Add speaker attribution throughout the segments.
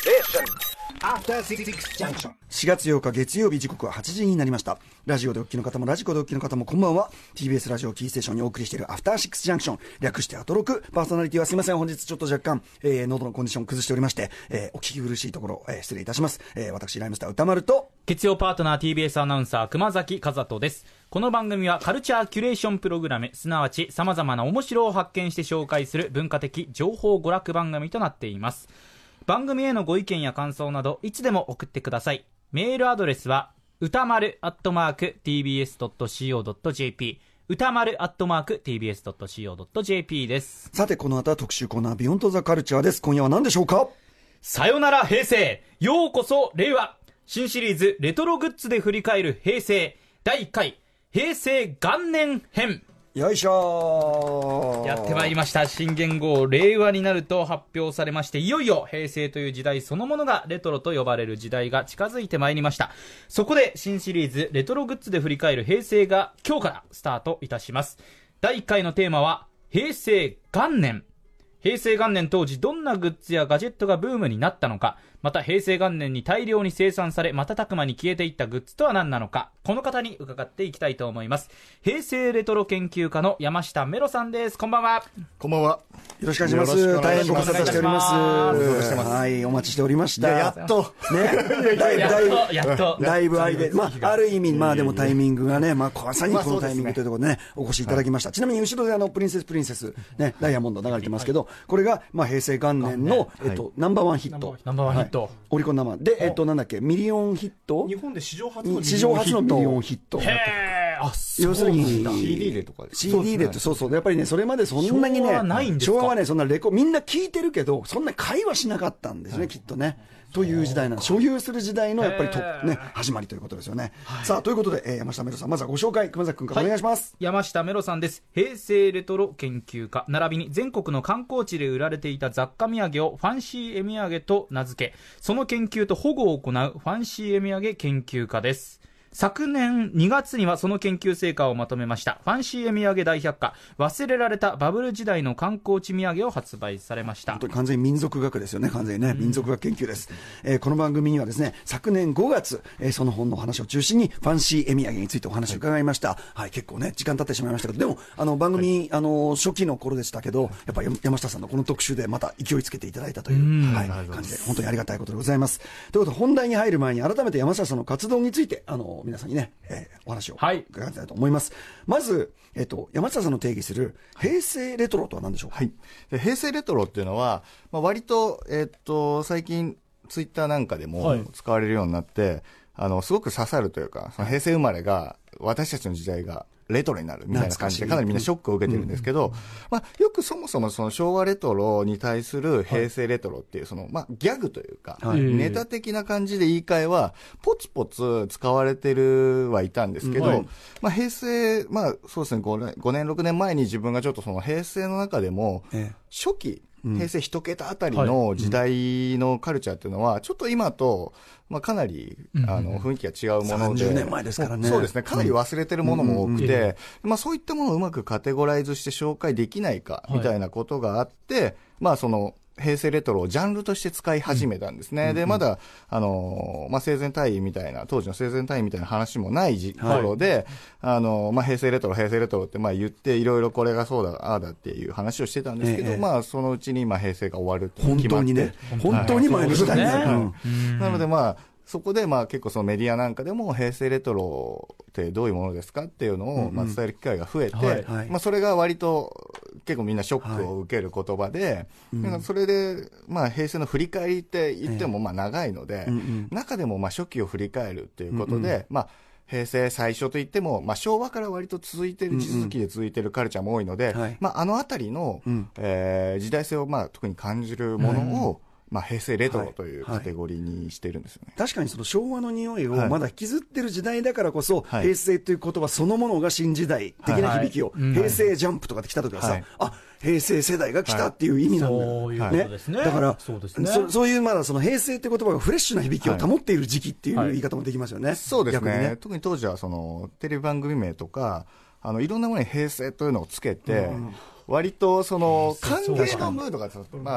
Speaker 1: 4月8日月曜日、時刻は8時になりました。ラジオでお聞きの方もラジコでお聞きの方もこんばんは。 TBS ラジオキーステーションにお送りしているアフターシックスジャンクション、略してアトロク。パーソナリティはすいません、本日ちょっと若干、喉のコンディション崩しておりまして、お聞き苦しいところ、失礼いたします。私ライムスター歌丸と
Speaker 2: 月曜パートナー TBS アナウンサー熊崎和人です。この番組はカルチャーキュレーションプログラム、すなわち様々な面白を発見して紹介する文化的情報娯楽番組となっています。番組へのご意見や感想などいつでも送ってください。メールアドレスは歌丸@tbs.co.jp、 歌丸@tbs.co.jp です。
Speaker 1: さて、この後は特集コーナービヨンドザカルチャーです。今夜は何でしょうか。
Speaker 2: さよなら平成、ようこそ令和、新シリーズレトログッズで振り返る平成第1回平成元年編。
Speaker 1: よいしょー。
Speaker 2: やってまいりました。新元号令和になると発表されまして、いよいよ平成という時代そのものがレトロと呼ばれる時代が近づいてまいりました。そこで新シリーズレトログッズで振り返る平成が今日からスタートいたします。第1回のテーマは平成元年。平成元年当時どんなグッズやガジェットがブームになったのか、また平成元年に大量に生産され瞬く間に消えていったグッズとは何なのか、この方に伺っていきたいと思います。平成レトロ研究家の山下メロさんです。こんばんは。
Speaker 3: こんばんは。
Speaker 1: よろしくお願いします。大変ご無沙汰しております。はい、お待ちしておりました。
Speaker 3: やっと
Speaker 1: ね、だいぶありで、ある意味でもタイミングがね、まさにこのタイミングというところでね、お越しいただきました。ちなみに後ろでプリンセスね、ダイヤモンド流れてますけど、これが平成元年のナンバーワンヒット。
Speaker 2: ナンバーワンヒット。
Speaker 1: オリコン生でなんだっけ、ミリオンヒット。
Speaker 3: 日本で史上初の
Speaker 1: ミリオンヒット。要するに
Speaker 3: CD でとか
Speaker 1: CD でって、そうやっぱりね、それまでそんなにね、昭和はね、そんなみんな聞いてるけどそんな会話しなかったんですね、きっとね。という時代なの、所有する時代のやっぱり始まりということですよね。さあ、ということで、山下メロさん、まずはご紹介、熊崎君からお願いします。
Speaker 2: 山下メロさんです。平成レトロ研究家並びに全国の観光地で売られていた雑貨土産をファンシー絵土産と名付け、その研究と保護を行うファンシー絵土産研究家です。昨年2月にはその研究成果をまとめましたファンシー絵土産大百科、忘れられたバブル時代の観光地土産を発売されました。
Speaker 1: 本当に完全に民族学ですよね。完全にね、民族学研究です。この番組にはですね、昨年5月、その本の話を中心にファンシー絵土産についてお話を伺いました。はい、結構ね時間経ってしまいましたけど、でも番組、初期の頃でしたけど、やっぱり山下さんのこの特集でまた勢いつけていただいたという、感じで本当にありがたいことでございます。ということで、本題に入る前に改めて山下さんの活動について皆さんにね、お話を伺いたいと思います。まず、山下さんの定義する平成レトロとは何でしょうか。
Speaker 3: はい、で平成レトロっていうのは、割と、最近ツイッターなんかでも使われるようになって、すごく刺さるというか、その平成生まれが私たちの時代がレトロになるみたいな感じで、かなりみんなショックを受けてるんですけど、よくそもそもその昭和レトロに対する平成レトロっていう、そのギャグというか、ネタ的な感じで言い換えはポツポツ使われてるはいたんですけど、平成、そうですね、5年6年前に自分がちょっとその平成の中でも初期、平成一桁あたりの時代のカルチャーっていうのはちょっと今とかなり雰囲気が違うもので、
Speaker 1: 30年前ですからね。
Speaker 3: そうですね、かなり忘れてるものも多くて、そういったものをうまくカテゴライズして紹介できないかみたいなことがあって、その平成レトロをジャンルとして使い始めたんですね。で、まだ、生前退位みたいな、当時の生前退位みたいな話もない頃で、平成レトロって言って、いろいろこれがそうだ、ああだっていう話をしてたんですけど、そのうちに平成が終わるって決まって。本当にね。本当に前の時代になる。なのでそこで結構そのメディアなんかでも平成レトロってどういうものですかっていうのを伝える機会が増えて、それが割と結構みんなショックを受ける言葉で、それで平成の振り返りって言っても長いので、中でも初期を振り返るっていうことで、平成最初といっても、昭和から割と続いてる、地続きで続いてるカルチャーも多いので、あのあたりの、時代性を特に感じるものを、平成レトロというカテゴリーにしてるんですよね。
Speaker 1: 確かにその昭和の匂いをまだ引きずってる時代だからこそ、平成という言葉そのものが新時代的な響きを、平成ジャンプとかで来た時はさ、平成世代が来たっていう意味なんだよ、
Speaker 2: そういうことですね。
Speaker 1: だからそういうまだその平成って言葉がフレッシュな響きを保っている時期っていう言い方もできますよね。
Speaker 3: そうですね。特に当時はそのテレビ番組名とかいろんなものに平成というのをつけて、割と歓迎のムードが、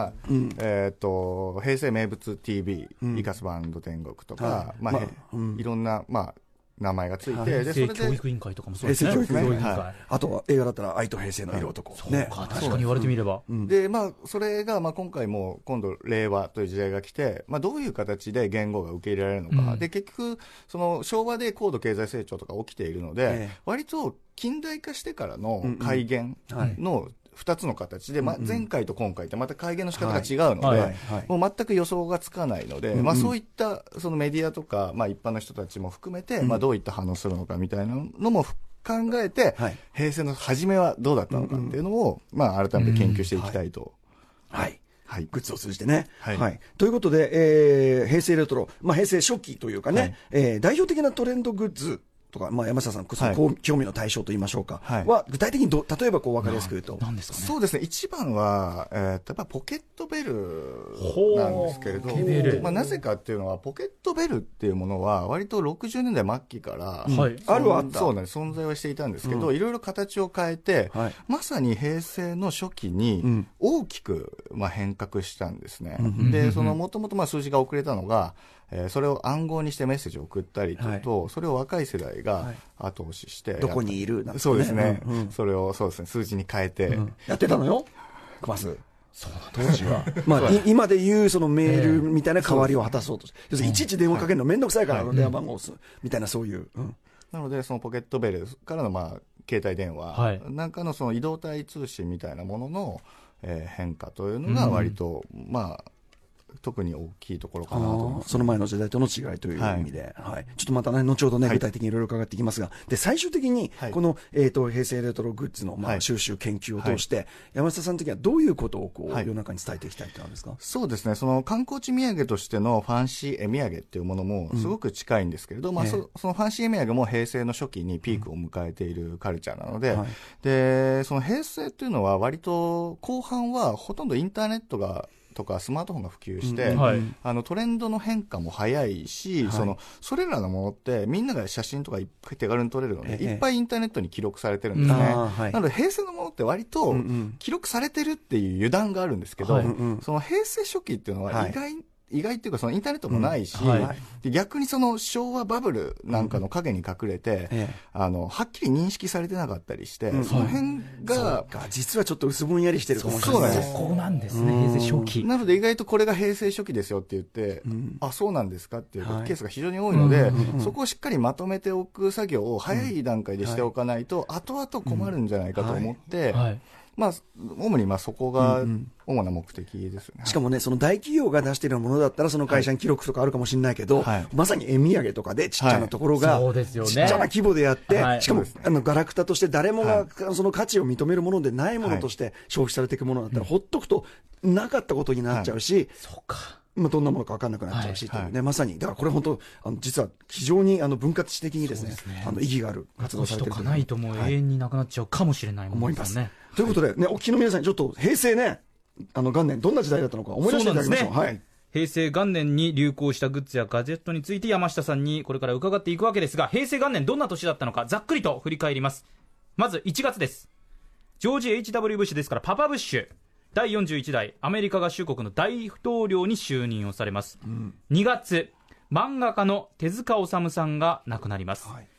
Speaker 3: 平成名物 TV、イカスバンド天国とか、いろんな、名前がついて、
Speaker 2: 平成教育委員会とかもそうですね。
Speaker 1: 平成教育委員会。あとは映画だったら愛と平成の色男。
Speaker 2: そうか、確かに言われてみれば。
Speaker 3: で、それが、今回も今度令和という時代が来て、どういう形で言語が受け入れられるのか。で、結局、昭和で高度経済成長とか起きているので、割と近代化してからの改元の2つの形で、前回と今回ってまた改元の仕方が違うので、もう全く予想がつかないので、そういったそのメディアとか、一般の人たちも含めて、どういった反応するのかみたいなのも考えて、平成の初めはどうだったのかっていうのを、改めて研究していきたいと。
Speaker 1: グッズを通じてね。ということで、平成レトロ、平成初期というかね、代表的なトレンドグッズとか、山下さん、興味の対象と言いましょうか。具体的に例えば分かりやすく言うと。
Speaker 2: 何ですかね。
Speaker 3: そうですね。一番は、やっぱポケットベルなんですけれど、なぜかっていうのは、ポケットベルっていうものは、割と60年代末期から、そうなんです。存在はしていたんですけど、いろいろ形を変えて、まさに平成の初期に大きく、変革したんですね。で、もともと数字が遅れたのが、それを暗号にしてメッセージを送ったりと、それを若い世代が後押しして、
Speaker 1: どこにいるなんてね。
Speaker 3: そうですね。それを数字に変えて。
Speaker 1: やってたのよ、熊須。当時は。今でいうそのメールみたいな代わりを果たそうとして。いちいち電話かけるのめんどくさいから、電話番号を押す。みたいなそういう。
Speaker 3: なので、そのポケットベルからの携帯電話なんかのその移動体通信みたいなものの変化というのが割と、特に大きいところかなと思います。
Speaker 1: その前の時代との違いという意味で、ちょっとまたね、後ほどね、具体的にいろいろ伺っていきますが、で、最終的に、この、平成レトログッズの、収集研究を通して、山下さん的にはどういうことを世の中に伝えていきたいってなんですか？
Speaker 3: そうですね、その観光地土産としてのファンシー絵土産っていうものもすごく近いんですけれど、そのファンシー絵土産も平成の初期にピークを迎えているカルチャーなので、で、その平成っていうのは割と後半はほとんどインターネットとかスマートフォンが普及して、トレンドの変化も早いし、それらのものってみんなが写真とかいっぱい手軽に撮れるので、いっぱいインターネットに記録されてるんですね。なので平成のものって割と記録されてるっていう油断があるんですけど、その平成初期っていうのは意外っていうかそのインターネットもないし、で逆にその昭和バブルなんかの影に隠れて、はっきり認識されてなかったりして、その辺が
Speaker 1: 実はちょっと薄ぼんやりしてるかもしれない。
Speaker 2: そこなんですね、平成初期。
Speaker 3: なので意外とこれが平成初期ですよって言って、そうなんですかっていうケースが非常に多いので、そこをしっかりまとめておく作業を早い段階でしておかないと、後々困るんじゃないかと思って、主にそこが主な目的ですよね。
Speaker 1: しかもね、その大企業が出しているものだったら、その会社に記録とかあるかもしれないけど、まさに絵土産とかでちっちゃなところが、ちっちゃな規模でやって、しかもガラクタとして誰もがその価値を認めるものでないものとして消費されていくものだったら、ほっとくとなかったことになっちゃうし、どんなものか分かんなくなっちゃうし、まさに、だからこれ本当、実は非常に分割的にですね、意義がある活動されていると。
Speaker 2: ないともう永遠になくなっちゃうかもしれないものですね。
Speaker 1: ということで、お聞きの皆さんにちょっと平成ね、元年、どんな時代だったのか思い出していただきましょう。
Speaker 2: 平成元年に流行したグッズやガジェットについて山下さんにこれから伺っていくわけですが、平成元年どんな年だったのかざっくりと振り返ります。まず1月です。ジョージ H.W. ブッシュですからパパブッシュ。第41代アメリカ合衆国の大統領に就任をされます。2月、漫画家の手塚治虫さんが亡くなります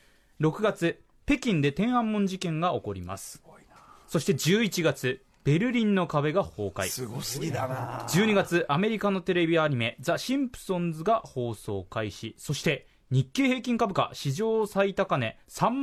Speaker 2: 。6月、北京で天安門事件が起こります。そして11月、ベルリンの壁が崩壊。
Speaker 1: すごすぎだな。
Speaker 2: 12月、アメリカのテレビアニメザ・シンプソンズが放送開始。そして日経平均株価史上最高値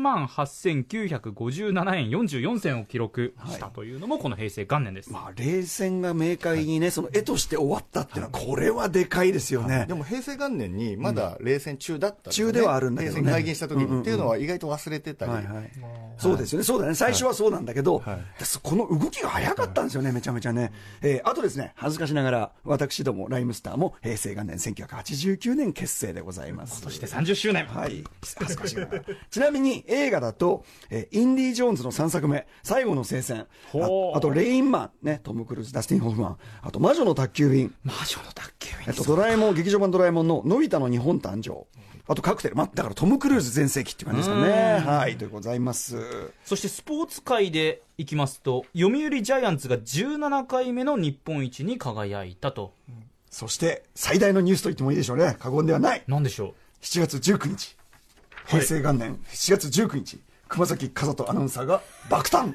Speaker 2: 38,957 円44銭を記録したというのもこの平成元年です。
Speaker 1: 冷戦が明快にね、その絵として終わったっていうのはこれはでかいですよね。
Speaker 3: でも平成元年にまだ冷戦中だった、
Speaker 1: 中ではあるんだけどね、
Speaker 3: 平成に改元した時にっていうのは意外と忘れてたり、
Speaker 1: そうですよね、そうだね、最初はそうなんだけど、この動きが早かったんですよね、めちゃめちゃね。あとですね、恥ずかしながら私どもライムスターも平成元年1989年結成でございます。
Speaker 2: そして30周年。
Speaker 1: 恥ずかしいな。ちなみに映画だと、インディ・ジョーンズの3作目、最後の聖戦、あとレインマン、ね、トム・クルーズ、ダスティン・ホフマン、あと魔女の宅急便、
Speaker 2: 魔女の宅急便、
Speaker 1: ドラえもん、劇場版ドラえもんののび太の日本誕生、 あとカクテル、だからトム・クルーズ全盛期っていう感じですかね。はい、というございます。
Speaker 2: そしてスポーツ界でいきますと、読売ジャイアンツが17回目の日本一に輝いたと。
Speaker 1: そして最大のニュースと言ってもいいでしょうね。過言ではない。
Speaker 2: 何でしょう。
Speaker 1: 7月19日、平成元年7月19日、熊崎和人アナウンサーが爆誕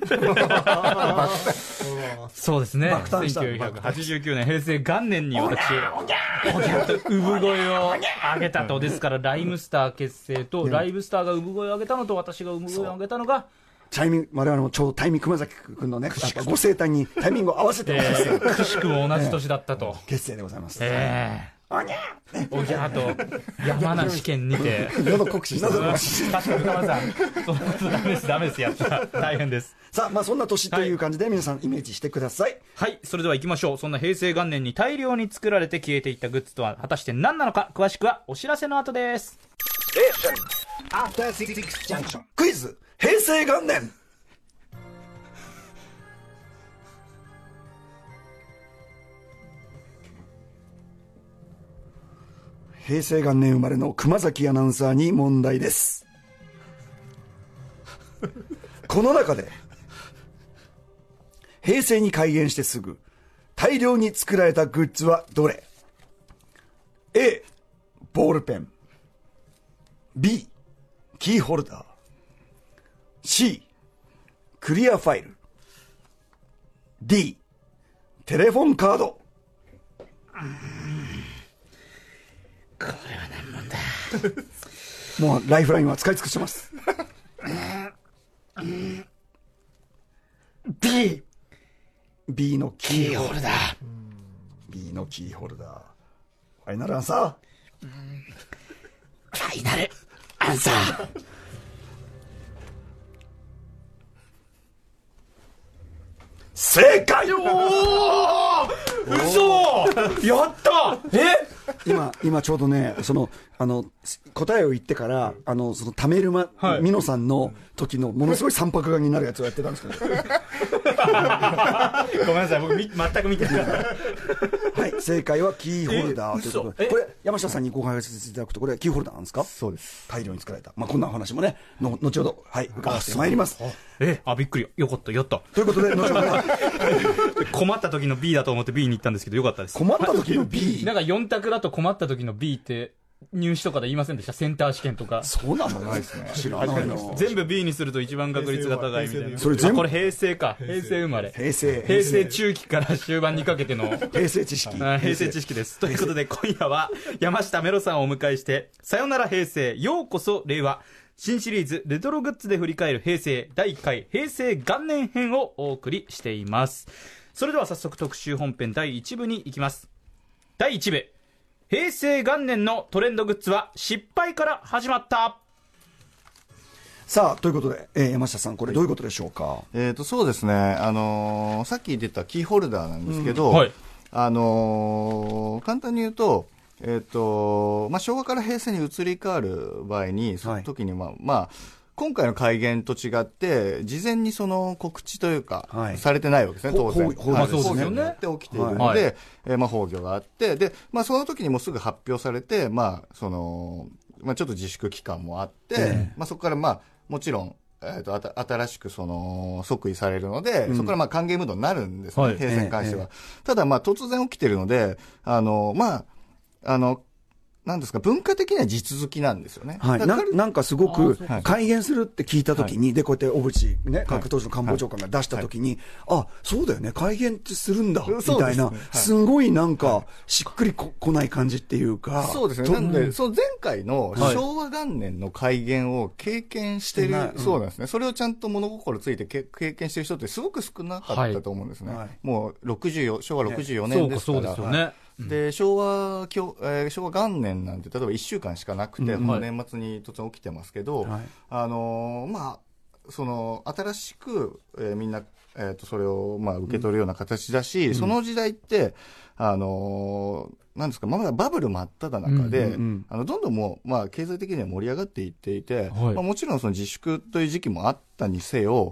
Speaker 2: そうですね。
Speaker 1: 爆誕した
Speaker 2: 1989年平成元年に私おぎゃっと産声を上げたと。ですからライムスター結成と、ライブスターが産声を上げたのと私が産声を上げたのが
Speaker 1: 我々もちょうどタイミング、熊崎君のねご生誕にタイミングを合わせて
Speaker 2: くしくも同じ年だったと、
Speaker 1: 結成でございます。
Speaker 2: おぎゃーと山梨県にて
Speaker 1: 喉酷使したぞ。
Speaker 2: 確かに熊さん、そんなことダメですやったら大変です。
Speaker 1: さあ、そんな年という感じで皆さんイメージしてください。
Speaker 2: はい、それでは行きましょう。そんな平成元年に大量に作られて消えていったグッズとは果たして何なのか、詳しくはお知らせの後です。
Speaker 1: クイズ平成元年。平成元年生まれの熊崎アナウンサーに問題です。この中で平成に開園してすぐ大量に作られたグッズはどれ？ A ボールペン、 B キーホルダー、 C クリアファイル、 D テレフォンカード。
Speaker 2: これは難問だ。
Speaker 1: もうライフラインは使い尽くしてます。B のキーホルダー。B のキーホルダー。ファイナルアンサー。
Speaker 2: ファイナルアンサー。
Speaker 1: 正解。
Speaker 2: おー、嘘やった。
Speaker 1: 今ちょうどね、答えを言ってから、その貯めるミノさんの時のものすごい三白眼になるやつをやってたんですけど。
Speaker 2: ごめんなさい、僕全く見てなかった。
Speaker 1: はい、正解はキーホルダーということで、これ山下さんにご解説していただくと、これキーホルダーなんですか？
Speaker 3: そうです。
Speaker 1: 大量に作られた。こんなお話もね、後ほど、はい、伺わせてまいります。
Speaker 2: びっくり。よかった、やった。
Speaker 1: ということで、後ほど
Speaker 2: 困った時の B だと思って B に行ったんですけど、よかったです。
Speaker 1: 困った時の B？
Speaker 2: なんか4択だと困った時の B って入試とかで言いませんでした？センター試験とか。
Speaker 1: そうなの？ないですね。知らないの。
Speaker 2: 全部 B にすると一番確率が高いみたいな。
Speaker 1: それ全部
Speaker 2: これ平成か。平成生まれ。
Speaker 1: 平成
Speaker 2: 中期から終盤にかけての
Speaker 1: 平成知識。
Speaker 2: 平成知識です。ということで今夜は山下メロさんをお迎えして、さよなら平成、ようこそ令和。新シリーズレトログッズで振り返る平成第1回平成元年編をお送りしています。それでは早速特集本編第1部に行きます。第1部、平成元年のトレンドグッズは失敗から始まった。
Speaker 1: さあ、ということで、山下さん、これどういうことでしょうか？
Speaker 3: そうですね、さっき出たキーホルダーなんですけど、
Speaker 2: はい、
Speaker 3: 簡単に言うと、昭和から平成に移り変わる場合に、その時に今回の改元と違って、事前にその告知というか、されてないわけですね、当然。
Speaker 2: そうですよね。
Speaker 3: 起きているので、崩御があって、で、その時にもうすぐ発表されて、ちょっと自粛期間もあって、そこからもちろん、新しく即位されるので、そこから歓迎ムードになるんですね、平成に関しては。ただ突然起きてるので、なんですか、文化的には地続きなんですよね。
Speaker 1: はい、なんかすごく改元するって聞いたときに、で、こうやって小渕ね、各当時の官房長官が出したときに、そうだよね、改元ってするんだ、みたいな、すごいなんか、しっくりこない感じっていうか。
Speaker 3: そうですね。なんで、その前回の昭和元年の改元を経験してる、そうなんですね。それをちゃんと物心ついて経験してる人ってすごく少なかったと思うんですね。もう昭和64年ですから。そうですよね。で、昭和元年なんて、例えば1週間しかなくて、年末に突然起きてますけど、新しく、みんな、それを、受け取るような形だし、その時代って、なんですか、まだバブル真っ只中で、どんどんもう、経済的には盛り上がっていっていて、もちろんその自粛という時期もあったにせよ、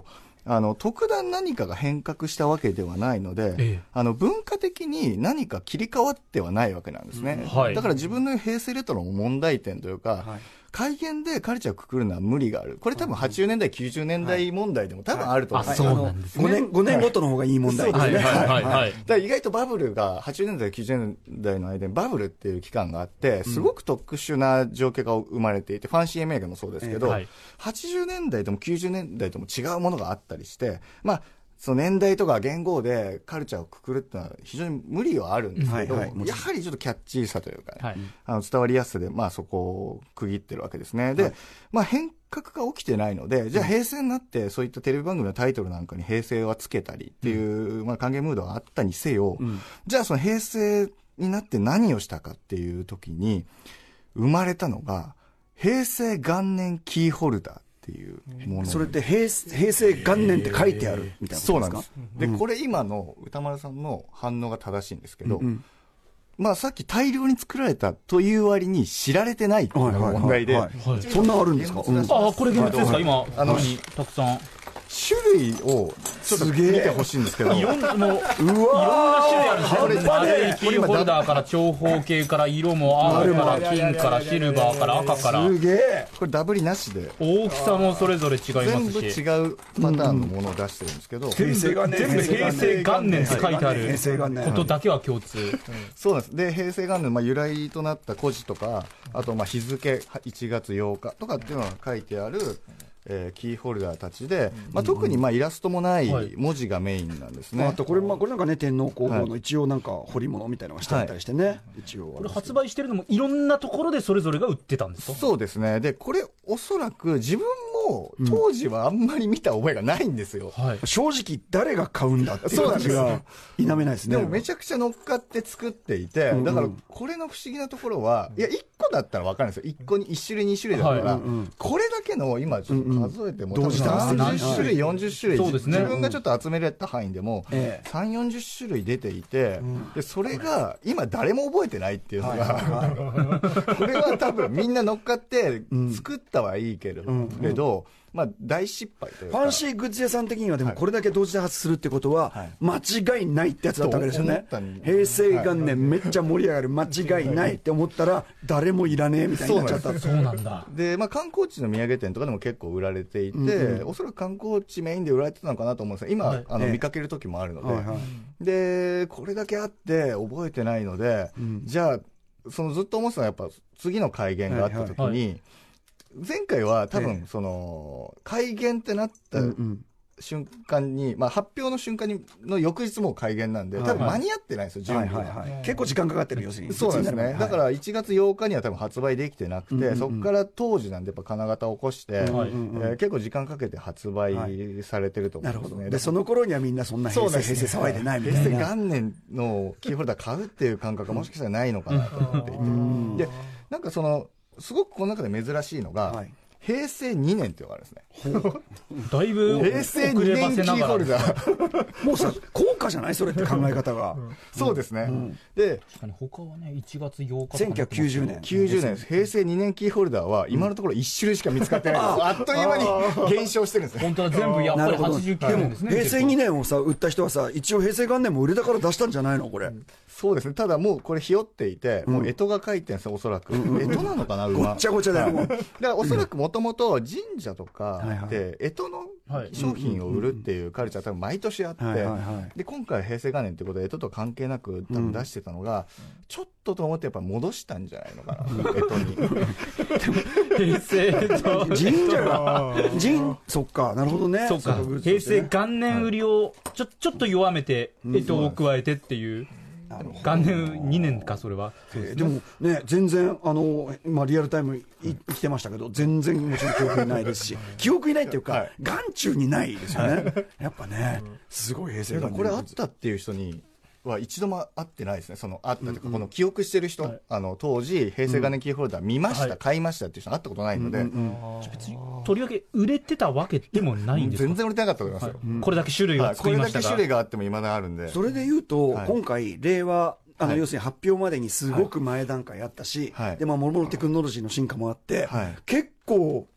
Speaker 3: 特段何かが変革したわけではないので、文化的に何か切り替わってはないわけなんですね。だから自分の平成レトロの問題点というか、改元でカルチャーをくくるのは無理がある。これ多分80年代、90年代問題でも多分あると思います。
Speaker 2: そうなんですね。
Speaker 1: 5年ごとの方がいい問題ですね。
Speaker 3: だから意外とバブルが、80年代、90年代の間にバブルっていう期間があって、すごく特殊な状況が生まれていて、ファンシーエメーガもそうですけど、80年代とも90年代とも違うものがあったりして、その年代とか言語でカルチャーをくくるっていうのは非常に無理はあるんですけど、やはりちょっとキャッチーさというか、伝わりやすさで、そこを区切ってるわけですね。で、変革が起きてないので、じゃあ平成になってそういったテレビ番組のタイトルなんかに平成はつけたりっていう、歓迎ムードがあったにせよ、じゃあその平成になって何をしたかっていう時に生まれたのが、平成元年キーホルダーっていうもの。
Speaker 1: それって平成元年って書いてあるみたいなことですか？
Speaker 3: そうなんです。で、これ今の歌丸さんの反応が正しいんですけど、さっき大量に作られたという割に知られてないっていうのが問題で、
Speaker 1: そんなあるんですか？
Speaker 2: これ現物ですか？今たくさん
Speaker 3: 種類をちょっと見てほしいんですけど、
Speaker 2: いろんな種類あるんですよ。丸いキーホルダーから長方形から色も青から金からシルバーから赤から、
Speaker 1: すげえ。
Speaker 3: これダブりなしで
Speaker 2: 大きさもそれぞれ違いますし、
Speaker 3: 全部違うパターンのものを出してるんですけど、
Speaker 2: 全部平成元年って書いてあることだけは共通。
Speaker 3: そうなんです。で、平成元年、由来となった故事とか、あと日付1月8日とかっていうのが書いてあるキーホルダーたちで、特にイラストもない文字がメインなんですね。
Speaker 1: あとこれなんかね、天皇皇后の一応なんか彫り物みたいなのがしてあったりしてね、一応
Speaker 2: これ発売してるのもいろんなところでそれぞれが売ってたんですか？
Speaker 3: そうですね。で、これおそらく自分も当時はあんまり見た覚えがないんですよ。
Speaker 1: 正直誰が買うんだっていう感じが否めないですね。
Speaker 3: でもめちゃくちゃ乗っかって作っていて、だからこれの不思議なところは、いや1個だったら分かるんですよ。1個に1種類2種類だから、これだけの今ちょっと数えても、30種類40種類、自分がちょっと集められた範囲でも3、40種類出ていて、でそれが今誰も覚えてないっていうのが、これは多分みんな乗っかって作ったはいいけれど、大失敗というか。
Speaker 1: ファンシーグッズ屋さん的にはでもこれだけ同時多発するってことは間違いないってやつだったわけですよね。平成元年めっちゃ盛り上がる、間違いないって思ったら誰もいらねえみたいになっちゃった。
Speaker 2: そうなんだ。
Speaker 3: で、観光地の土産店とかでも結構売られていて、おそらく観光地メインで売られてたのかなと思うんですが、今見かける時もあるので、でこれだけあって覚えてないので、じゃあずっと思ってたのはやっぱ次の改元があった時に、前回は多分改元ってなった瞬間に、発表の瞬間にの翌日もう改元なんで、多分間に合ってないんですよ、準備が。
Speaker 1: 結構時間かかってる、要するに。
Speaker 3: そうなんですね。だから1月8日には多分発売できてなくて、そこから当時なんでやっぱ金型を起こして、結構時間かけて発売されてると思うんですね。
Speaker 1: で、その頃にはみんなそんな平成騒いでないみたいな。
Speaker 3: 平成元年のキーホルダー買うっていう感覚がもしかしたらないのかなと思っていて。で、なんかすごくこの中で珍しいのが、平成2年っていうのがあるんですね。
Speaker 2: だいぶ
Speaker 3: 平成2年キーホルダー。
Speaker 1: もうさ、高価じゃないそれって考え方が。
Speaker 3: そうですね。で、
Speaker 2: 他はね、1月8日
Speaker 1: 1990年。
Speaker 3: 90年です。平成2年キーホルダーは今のところ1種類しか見つかってない。あっという間に減少してるんですね。
Speaker 2: 本当は全部やっぱり89年ですね。
Speaker 1: 平成2年をさ、売った人はさ、一応平成元年も売れたから出したんじゃないのこれ。
Speaker 3: そうですね。ただもうこれひよっていて、もう干支が書いてるんですよ、おそらく。干支なのかな、馬。
Speaker 1: ごっちゃごちゃだよ、もう。
Speaker 3: だからおそらくもともと神社とかで干支の商品を売るっていうカルチャー多分毎年あって、で今回平成元年ってことで干支と関係なく多分出してたのが、ちょっとと思ってやっぱ戻したんじゃないのかな、干支に。
Speaker 2: 平成
Speaker 1: 神社がそっか、なるほどね。
Speaker 2: そうか、平成元年売りをちょっと弱めて干支を加えてっていう。元年2年か、それは。
Speaker 1: でもね、全然リアルタイム生きてましたけど、全然もちろん記憶にないですし、記憶にないっていうか、眼中にないですよね。やっぱね、すごい平成元年。
Speaker 3: これあったっていう人には一度も会ってないですね。あったというか、この記憶してる人、当時平成元年キーホルダー見ました、買いましたっていう人会ったことないので、
Speaker 2: 別にとりわけ売れてたわけでもないんですか？
Speaker 3: 全然売れてなかったと思いますよ。
Speaker 2: これだけ種類が作りましたが、
Speaker 3: これだけ種類があっても未だあるんで。
Speaker 1: それで言うと、今回令和要するに発表までにすごく前段階あったし、でもろもろテクノロジーの進化もあって、結構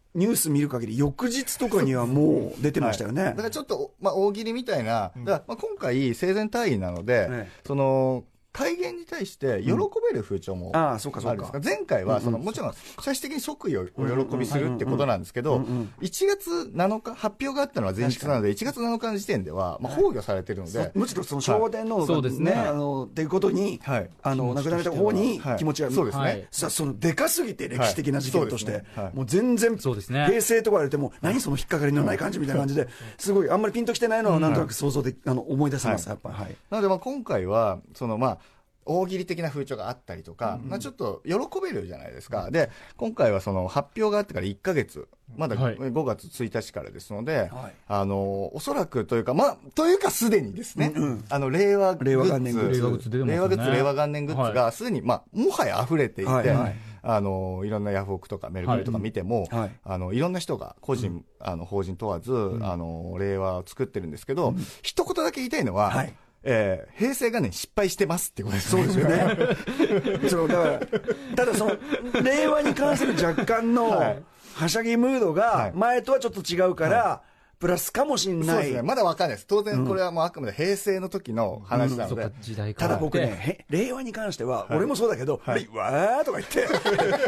Speaker 1: ニュース見る限り翌日とかにはもう出てましたよね。
Speaker 3: だからちょっと、大喜利みたいな、だから今回生前退位なので、その改元に対して喜べる風潮もあるんですが、前回はもちろん最終的に即位をお喜びするってことなんですけど、1月7日発表があったのは前日なので、1月7日の時点では崩御されてるので、
Speaker 1: むしろその昭和天皇がねっていうことに亡くなられた方に気持ちが、そうですね、そのでかすぎて歴史的な事件としてもう全然平成とか言われても何その引っかかりのない感じみたいな感じで、すごいあんまりピンときてないのはなんとなく想像で思い出せます、やっぱり。
Speaker 3: なので今回は大喜利的な風潮があったりとか、ちょっと喜べるじゃないですか。で、今回はその発表があってから1ヶ月、まだ5月1日からですので、おそらくというか、というかすでにですね、令和元年グッズがすでに、もはや溢れていて、いろんなヤフオクとかメルカリとか見ても、いろんな人が個人、法人問わず、令和を作ってるんですけど、一言だけ言いたいのは、平成元年失敗してますってことですね。
Speaker 1: そうですよね。だからただその令和に関する若干のはしゃぎムードが前とはちょっと違うから、プラスかもしれない。
Speaker 3: そうですね。まだわかんないです。当然これはもうあくまで平成の時の話なので。
Speaker 1: ただ僕ね、令和に関しては、俺もそうだけど、わーとか言って、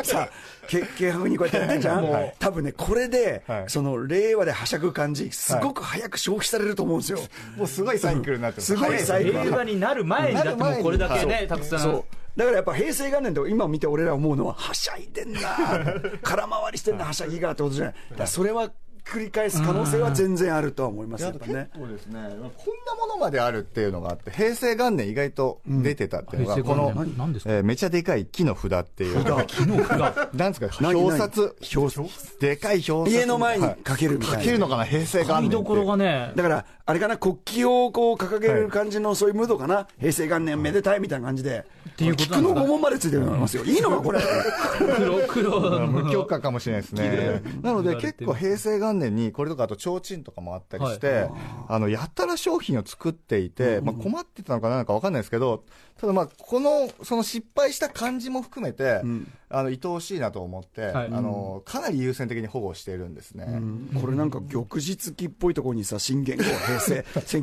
Speaker 1: さあ、軽薄にこうやってやってんじゃん。多分ね、これで、その令和ではしゃぐ感じ、すごく早く消費されると思うんですよ。
Speaker 3: もうすごいサイクルになってます。
Speaker 1: すごいサイクル。
Speaker 2: 令和になる前にだってもうこれだけね、たくさん。
Speaker 1: そうだからやっぱ平成元年で今見て俺ら思うのは、はしゃいでんな、空回りしてんな、はしゃぎがってことじゃない。だからそれは繰り返す可能性は全然あるとは思いますよね。
Speaker 3: 結構ですね、こんなものまであるっていうのがあって、平成元年意外と出てたっていうのが、このめちゃでかい木の札っていう、
Speaker 2: 木の札
Speaker 3: なんですか、表札、でかい表札、
Speaker 1: 家の前にかけるみたいな、
Speaker 3: かけるのかな、平成元年。
Speaker 2: 見どころがね、
Speaker 1: だからあれかな、国旗をこう掲げる感じのそういうムードかな、平成元年めでたいみたいな感じで、菊の御紋までついてると思いますよ。いいのかこれ。
Speaker 2: 黒
Speaker 3: 無許可かもしれないですね。なので結構平成元年にこれとかあと提灯とかもあったりして、やたら商品を作っていて、困ってたのかなんかわかんないですけど、ただその失敗した感じも含めて、愛おしいなと思って、かなり優先的に保護しているんですね。
Speaker 1: これなんか旭日記っぽいところにさ、新元号平成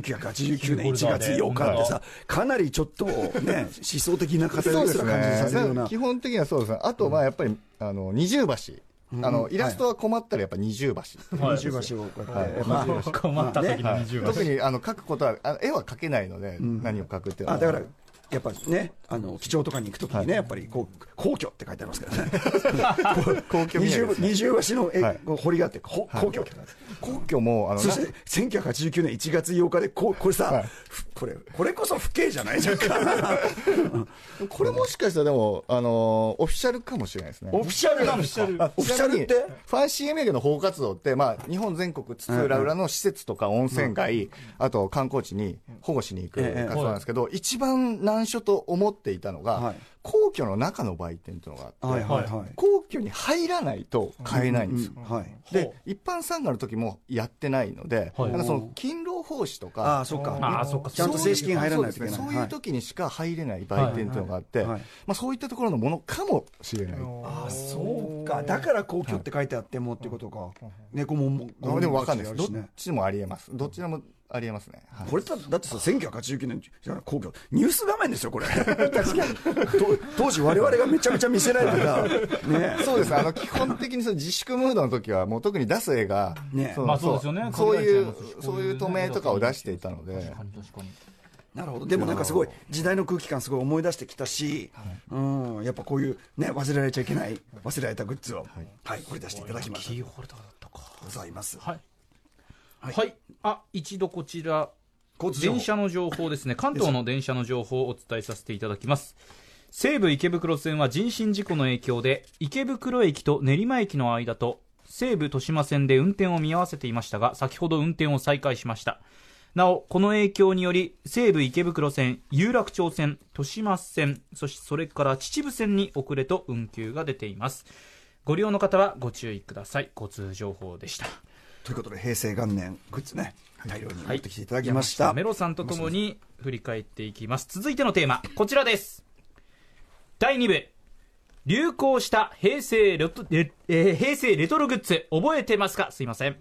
Speaker 1: 1989年1月8日ってさ、かなりちょっとね、思想的な偏りすら感じさせるような。
Speaker 3: 基本的にはそうですね。あとやっぱり二重橋。イラストは困ったらやっぱ二重橋。
Speaker 1: 二重橋を
Speaker 2: 困った時の二重橋。
Speaker 3: 特に描くことは、絵は描けないので、何を描くっていうのは。
Speaker 1: だからやっぱね、記帳とかに行くときにね、やっぱりこう皇居って書いてありますからね。皇居二重橋の彫りがあって、皇居。
Speaker 3: 皇居も
Speaker 1: そして1989年1月8日でこれさ、これこそ不敬じゃないじゃんか。
Speaker 3: これもしかしたらでもオフィシャルかもしれないですね。
Speaker 1: オフィシャルなんですか。オフィシャルって
Speaker 3: ファンシーエミヤゲの保護活動って日本全国津々浦々の施設とか温泉街、あと観光地に保護しに行く活動なんですけど、一番難所と思っていたのが、皇居の中の売店というのがあって、皇居に入らないと買えないんですよ。で、一般参賀の時もやってないので、その勤労奉仕とか、
Speaker 1: ちゃんと正式に入らないといけない。
Speaker 3: そういう時にしか入れない売店というのがあって、そういったところのものかもしれない。
Speaker 1: そうか。だから皇居って書いてあってもっていうことか。猫も
Speaker 3: でも分かんないです。どっちもありえます。どちらもありえますね。
Speaker 1: これだってさ、1989年皇居ニュース画面ですよこれ。当時我々がめちゃめちゃ見せられてたね。
Speaker 3: そうです。基本的に自粛ムードの時はもう特に出す絵がそういう透明とかを出していたので。
Speaker 1: なるほど。でもなんかすごい時代の空気感すごい思い出してきたし、やっぱこういうね、忘れられちゃいけない忘れられたグッズを掘り出していただきました。
Speaker 2: キーホルダーだったか。
Speaker 1: ございます。
Speaker 2: 一度こちら電車の情報ですね。関東の電車の情報をお伝えさせていただきます。西武池袋線は人身事故の影響で池袋駅と練馬駅の間と西武豊島線で運転を見合わせていましたが、先ほど運転を再開しました。なおこの影響により西武池袋線、有楽町線、豊島線、それから秩父線に遅れと運休が出ています。ご利用の方はご注意ください。交通情報でした。
Speaker 1: ということで平成元年グッズね、大量に持ってきていただきました。
Speaker 2: メロさんとともに振り返っていきます。続いてのテーマこちらです。第2部流行した平成レトログッズ覚えてますか？すいません。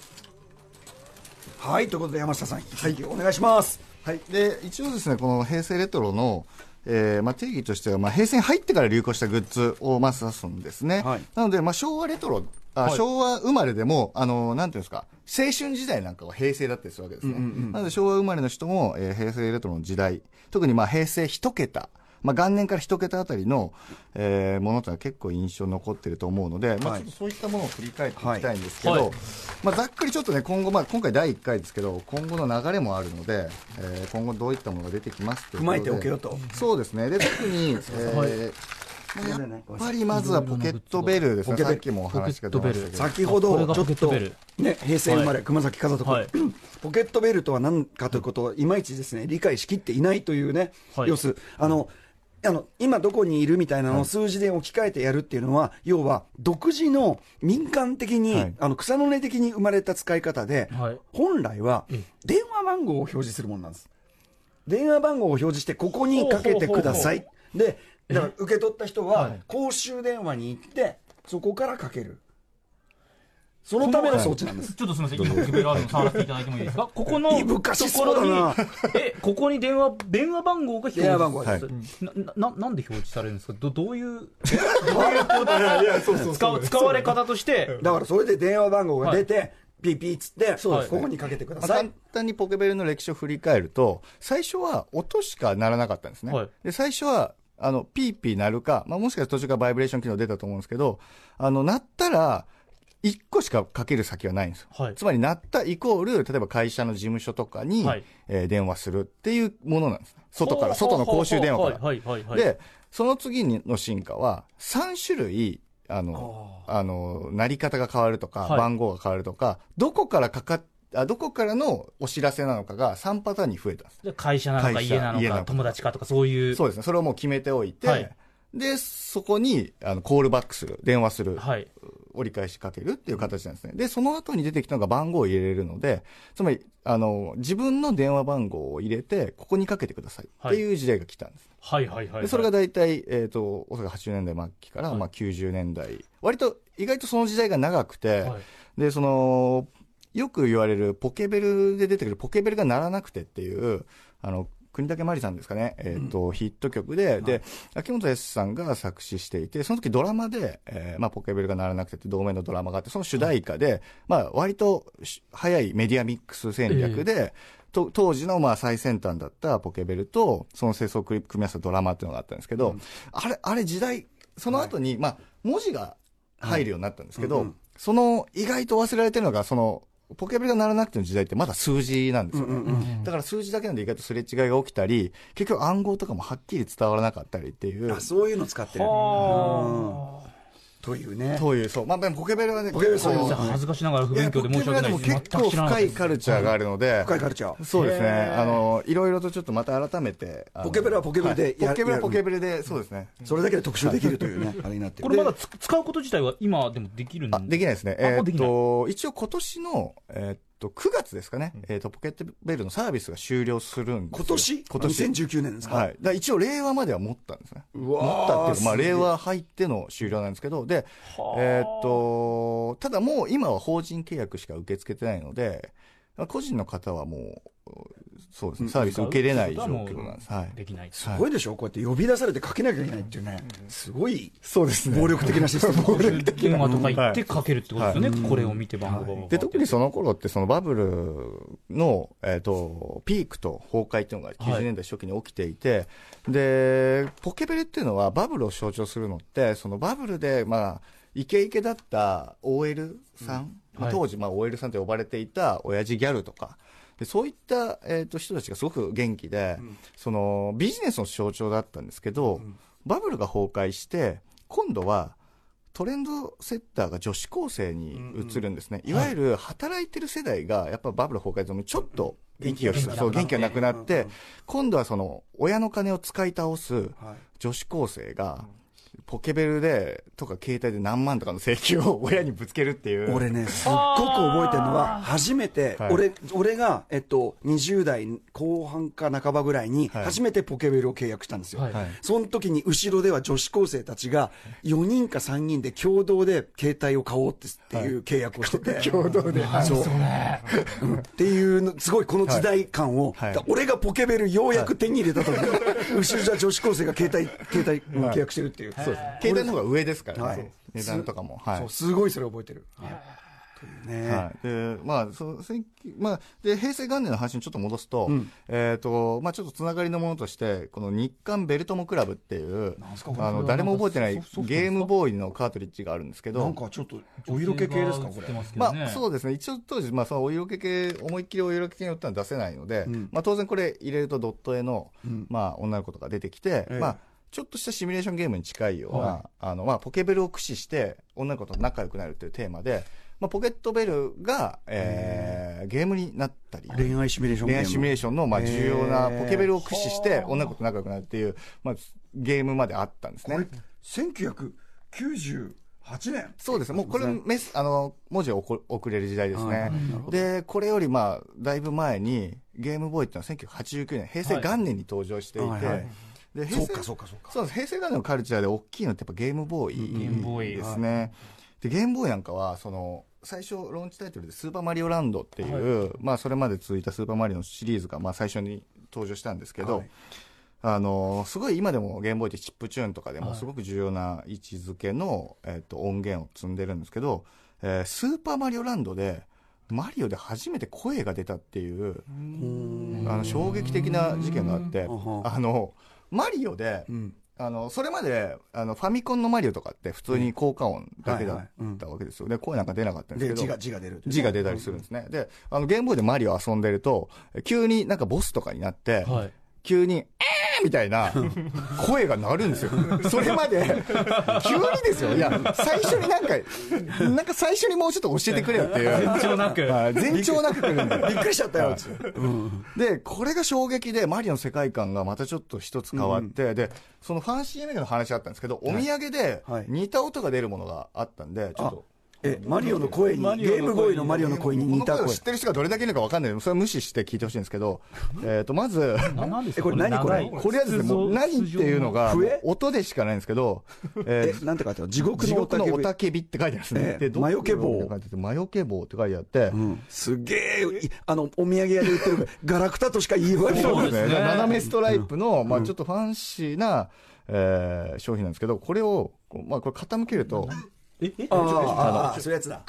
Speaker 1: はい、ということで山下さん、お願いします。
Speaker 3: はい、で一応ですね、この平成レトロの、定義としては、平成に入ってから流行したグッズを指すんですね。
Speaker 1: はい、
Speaker 3: なので、昭和レトロ、昭和生まれでもなんていうんですか、青春時代なんかは平成だったりするわけですね。なので昭和生まれの人も、平成レトロの時代、特に平成一桁、元年から一桁あたりの、ものというのは結構印象に残っていると思うので、ちょっとそういったものを振り返っていきたいんですけど、ざっくりちょっとね、今後、今回第1回ですけど、今後の流れもあるので、今後どういったものが出てきますということで、
Speaker 1: 踏まえておけよと。
Speaker 3: そうですね。で、特に、やっぱりまずはポケットベルですね。さっきもお話が出ましたけど、
Speaker 1: 先ほどちょっとね、平成生まれ、熊崎和人君、ポケットベルとは何かということをいまいちですね、理解しきっていないというね、要する今どこにいるみたいなのを数字で置き換えてやるっていうのは、要は独自の民間的に、草の根的に生まれた使い方で、本来は電話番号を表示するものなんです。電話番号を表示してここにかけてください。でだから受け取った人は公衆電話に行ってそこからかける。そのための装置なんです。
Speaker 2: ちょっとすみません、今ポケベルあるの触らせていただいてもいいですか？ここのところにここに電話番号が表示される。なんで表示されるんですか？どういう使われ方として。
Speaker 1: だからそれで電話番号が出て、ピーピーっつって、ここにかけてください。
Speaker 3: 簡単にポケベルの歴史を振り返ると、最初は音しか鳴らなかったんですね。で最初はピーピー鳴るか、もしかしたら途中からバイブレーション機能出たと思うんですけど、鳴ったら1個しかかける先はないんですよ。つまり鳴ったイコール、例えば会社の事務所とかに、電話するっていうものなんです。外の公衆電話から。で、その次の進化は、3種類、鳴り方が変わるとか、番号が変わるとか、どこからのお知らせなのかが3パターンに増えたんです。
Speaker 2: 会社なのか家なのか友達かとかそういう。
Speaker 3: そうですね。それをもう決めておいて、で、そこにコールバックする、電話する、折り返しかけるっていう形なんですね。で、その後に出てきたのが番号を入れれるので、つまり、自分の電話番号を入れて、ここにかけてくださいっていう時代が来たんです。で、それが大体、おそらく80年代末期から、90年代。割と、意外とその時代が長くて、で、よく言われるポケベルで出てくるポケベルが鳴らなくてっていう、国武真理さんですかね、ヒット曲で、で、秋元康さんが作詞していて、その時ドラマで、ポケベルが鳴らなくてって同名のドラマがあって、その主題歌で、割と早いメディアミックス戦略で、当時の最先端だったポケベルと、その清掃を組み合わせたドラマっていうのがあったんですけど、あれ時代、その後に、文字が入るようになったんですけど、意外と忘れられてるのが、ポケベルが鳴らなくての時代ってまだ数字なんですよね。だから数字だけなんで意外とすれ違いが起きたり、結局暗号とかもはっきり伝わらなかったりっていう。
Speaker 1: そういうの使ってる。というね。
Speaker 3: そう、ポケベルはね、
Speaker 2: 恥ずかしながら不勉強で申し訳ないです。
Speaker 3: 結構深いカルチャーがあるので。
Speaker 1: 深いカルチャー。
Speaker 3: そうですね。いろいろとちょっとまた改めて。
Speaker 1: ポケベルはポケベルで。
Speaker 3: ポケベルはポケベルで、そうですね。
Speaker 1: それだけで特集できるというね、あれになってる。
Speaker 2: これまだ使うこと自体は今でもできるんですか？
Speaker 3: できないですね。一応今年の、9月ですかね、ポケットベルのサービスが終了するんですよ。
Speaker 1: 今年2019年ですか？
Speaker 3: はい。一応令和までは持ったんですね。持ったっていうか、令和入っての終了なんですけど、で、ただもう今は法人契約しか受け付けてないので、個人の方はもう、そうですね、サービス受けれない状況なんです。
Speaker 2: できない。
Speaker 1: すごいでしょ？こうやって呼び出されてかけなきゃいけないっていうね。すごい、
Speaker 3: そうですね。
Speaker 1: 暴力的なシステム。暴力的
Speaker 2: 電話とか行ってかけるってことですよね。これを見て番号
Speaker 3: で、特にその頃ってそのバブルの、ピークと崩壊っていうのが90年代初期に起きていて、で、ポケベルっていうのはバブルを象徴するのって、そのバブルで、イケイケだった OL さん、当時、OL さんと呼ばれていた親父ギャルとか、でそういった、人たちがすごく元気で、そのビジネスの象徴だったんですけど、バブルが崩壊して今度はトレンドセッターが女子高生に移るんですね。いわゆる働いてる世代がやっぱバブル崩壊とちょっと元気がなくなって、今度はその親の金を使い倒す女子高生がポケベルでとか携帯で何万とかの請求を親にぶつけるっていう。
Speaker 1: 俺ね、すっごく覚えてるのは、初めて、俺が、20代後半か半ばぐらいに、初めてポケベルを契約したんですよ。その時に後ろでは女子高生たちが、4人か3人で共同で携帯を買おうっていう契約をしてて。
Speaker 3: 共同で。
Speaker 1: そう。っていうの、すごいこの時代感を、俺がポケベルようやく手に入れた時に、後ろじゃ女子高生が携帯契約してるっていう。
Speaker 3: そうです。携帯の方が上ですからね。値段とかも。
Speaker 1: そう、すごいそれ覚えてる。というね。
Speaker 3: で、で、平成元年の話にちょっと戻すと、ちょっとつながりのものとして、この日韓ベルトモクラブっていう、誰も覚えてないゲームボーイのカートリッジがあるんですけど、
Speaker 1: なんかちょっとお色気系ですか、これ。
Speaker 3: そうですね。一応当時、そのお色気系、思いっきりお色気系によっては出せないので、当然これ入れるとドット絵の、女の子とか出てきて、ちょっとしたシミュレーションゲームに近いような、ポケベルを駆使して女の子と仲良くなるっていうテーマで、ポケットベルが、ゲームになったり、
Speaker 1: 恋愛シミュレーションゲーム。
Speaker 3: 恋愛シミュレーションの、重要なポケベルを駆使して女の子と仲良くなるっていう、ゲームまであったんですね。
Speaker 1: これ、1998年。
Speaker 3: そうですね。もうこれ、文字を送れる時代ですね。で、これよりだいぶ前に、ゲームボーイっていうのは1989年、平成元年に登場していて、で
Speaker 1: そうか。
Speaker 3: そうです。平成元年のカルチャーで大きいのってやっぱゲームボーイですね。で、ゲームボーイなんかは、最初、ローンチタイトルでスーパーマリオランドっていう、それまで続いたスーパーマリオのシリーズが、最初に登場したんですけど、すごい今でもゲームボーイってチップチューンとかでもすごく重要な位置づけの、音源を積んでるんですけど、スーパーマリオランドで、マリオで初めて声が出たっていう、衝撃的な事件があって、マリオで、それまでファミコンのマリオとかって普通に効果音だけだったわけですよ。で、声なんか出なかったんですけど。
Speaker 1: 字が出る。
Speaker 3: 字が出たりするんですね。で、ゲームボーイでマリオ遊んでると、急になんかボスとかになって、急に、みたいな声が鳴るんですよ。それまで、急にですよ。いや、最初になんか最初にもうちょっと教えてくれよっていう。
Speaker 2: 前兆なく。
Speaker 3: 前兆なく来るんで。
Speaker 1: びっくりしちゃったよ。
Speaker 3: で、これが衝撃で、マリオの世界観がまたちょっと一つ変わって、で、そのファンシー映画の話あったんですけど、お土産で似た音が出るものがあったんで、ちょっと。
Speaker 1: マリオの声に、ゲームボーイのマリオの声に似た声。
Speaker 3: この声を知ってる人がどれだけいるか分かんないので、それは無視して聞いてほしいんですけど、まず、
Speaker 1: これ何これ
Speaker 3: これはですね、もう何っていうのが、音でしかないんですけど、
Speaker 1: なんて書いてある？地獄の
Speaker 3: おたけびって書いてあるんですね。
Speaker 1: で、魔除け棒。
Speaker 3: 魔除け棒って書いてあって、
Speaker 1: すげえ、お土産屋で売ってる、ガラクタとしか言いようがない。
Speaker 3: そうですね。斜めストライプの、ちょっとファンシーな、商品なんですけど、これを、これ傾けると、
Speaker 1: そういうやつだ。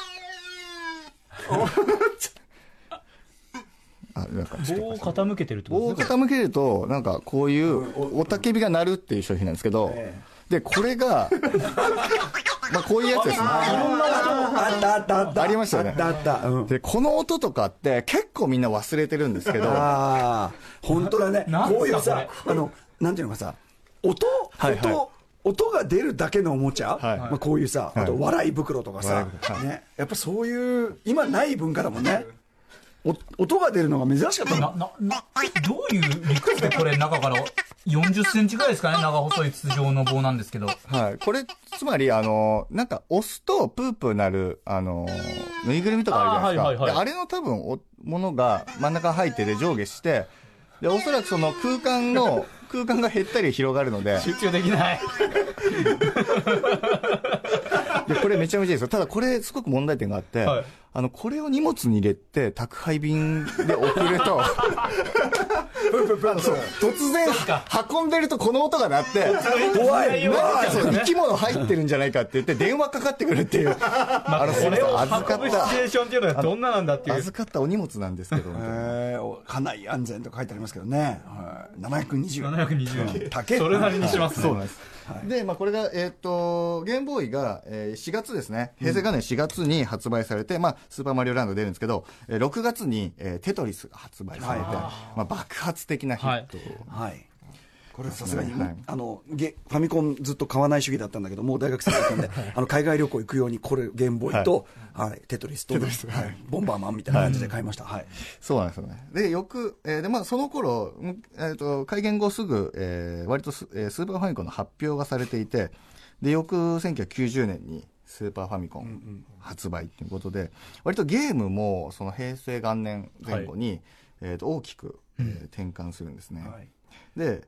Speaker 2: 棒を傾けてるってことですか？
Speaker 3: 棒を傾けると、なんかこういうおたけびが鳴るっていう商品なんですけど、で、これが、こういうやつですね。ありましたよね。で、この音とかって結構みんな忘れてるんですけど。
Speaker 1: 本当だね。こういうさ、なんていうのかさ、音が出るだけのおもちゃ、こういうさ、あと笑い袋とかさ、ね、やっぱそういう今ない文化だもんね。音が出るのが珍しかったの。
Speaker 2: どういう理屈でこれ中から40センチぐらいですかね、長細い筒状の棒なんですけど。
Speaker 3: これつまりなんか押すとプープーなるぬいぐるみとかあるじゃないですか。あれの多分ものが真ん中入ってて上下して、でおそらくその空間が減ったり広がるので
Speaker 2: 集中できない
Speaker 3: でこれめちゃめちゃいいですよ。ただこれすごく問題点があって、これを荷物に入れて宅配便で送ると突然運んでるとこの音が鳴って
Speaker 1: 怖い
Speaker 3: 生き物入ってるんじゃないかって言って電話かかってくるっていう
Speaker 2: これを運ぶシチュエーションっていうのはどんななんだっていう。
Speaker 3: 預かったお荷物なんですけど
Speaker 1: 家内安全と書いてありますけどね。720円高い。
Speaker 2: それなりにしますね。
Speaker 3: そうなんです。で、これが、ゲームボーイが、4月ですね。平成元年4月に発売されて、スーパーマリオランド出るんですけど、6月に、テトリスが発売されて、爆発的なヒット。
Speaker 1: これさすがに、ファミコンずっと買わない主義だったんだけど、もう大学生だったんで、海外旅行行くように、これ、ゲームボーイと、テトリスと、ボンバーマンみたいな感じで買いました。
Speaker 3: そうなんですよね。で、その頃、開元後すぐ、割とスーパーファミコンの発表がされていて、 で、翌1990年にスーパーファミコン発売ということで、割とゲームもその平成元年前後に、大きく、転換するんですね。はい、で、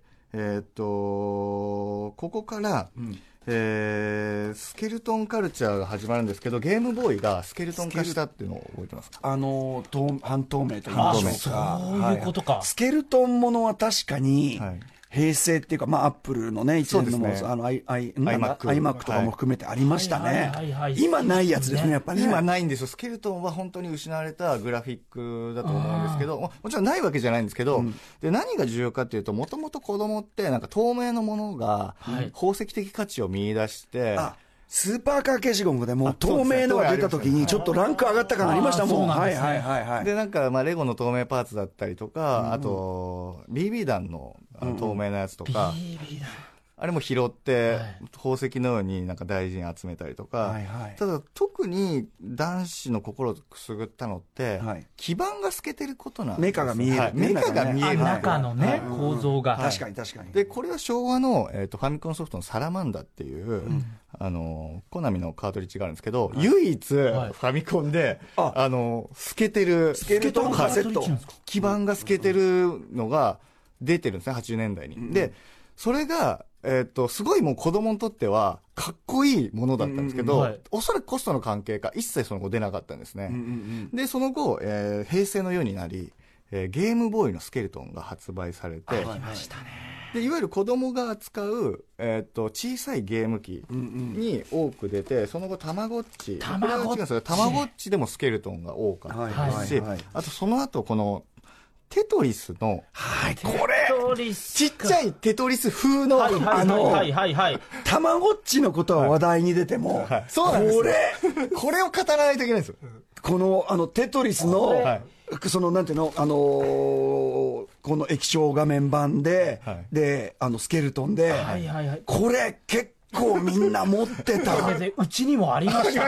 Speaker 3: ここから、スケルトンカルチャーが始まるんですけど、ゲームボーイがスケルトン化したっていうのを覚えてますか？
Speaker 1: 半透明といいましょうか。
Speaker 2: そういうことか。
Speaker 1: はい、スケルトンものは確かに、平成っていうか、アップルのね、一連のも、iMac とかも含めてありましたね。今ないやつですね、やっぱり、ね。
Speaker 3: 今ないんですよ。スケルトンは本当に失われたグラフィックだと思うんですけど、もちろんないわけじゃないんですけど、で、何が重要かっていうと、もともと子供って、なんか透明のものが、宝石的価値を見出して、
Speaker 1: スーパーカー消しゴムでも透明のが出た時にちょっとランク上がった感ありましたもん。はいはいはいはい。
Speaker 3: で、なんか、レゴの透明パーツだったりとか、あと、BB 弾の透明なやつとか、あれも拾って、宝石のようになんか大事に集めたりとか、ただ特に男子の心をくすぐったのって、基板が透けてることなんです。
Speaker 1: メカが見える。
Speaker 3: メカが見える。
Speaker 2: 中のね、構造が。
Speaker 1: 確かに確かに。
Speaker 3: で、これは昭和の、ファミコンソフトのサラマンダっていう、コナミのカートリッジがあるんですけど、唯一、ファミコンで、透けてる、
Speaker 1: スケルトンカセット。
Speaker 3: 基板が透けてるのが出てるんですね、80年代に。で、それが、すごいもう子供にとっては、かっこいいものだったんですけど、おそらくコストの関係か、一切その後出なかったんですね。で、その後、平成の世になり、ゲームボーイのスケルトンが発売されて、で、いわゆる子供が扱う、小さいゲーム機に多く出て、その後、たまごっちでもスケルトンが多かったですし、あとその後、この、テトリスの、
Speaker 1: これ、
Speaker 3: ちっちゃいテトリス風の、
Speaker 1: たまごっちのことは話題に出ても、
Speaker 3: そうなんです。これを語らないといけないんですよ。
Speaker 1: この、テトリスの、なんていうの、この液晶画面版で、で、スケルトンで、これ結構みんな持ってた。
Speaker 2: うちにもありました。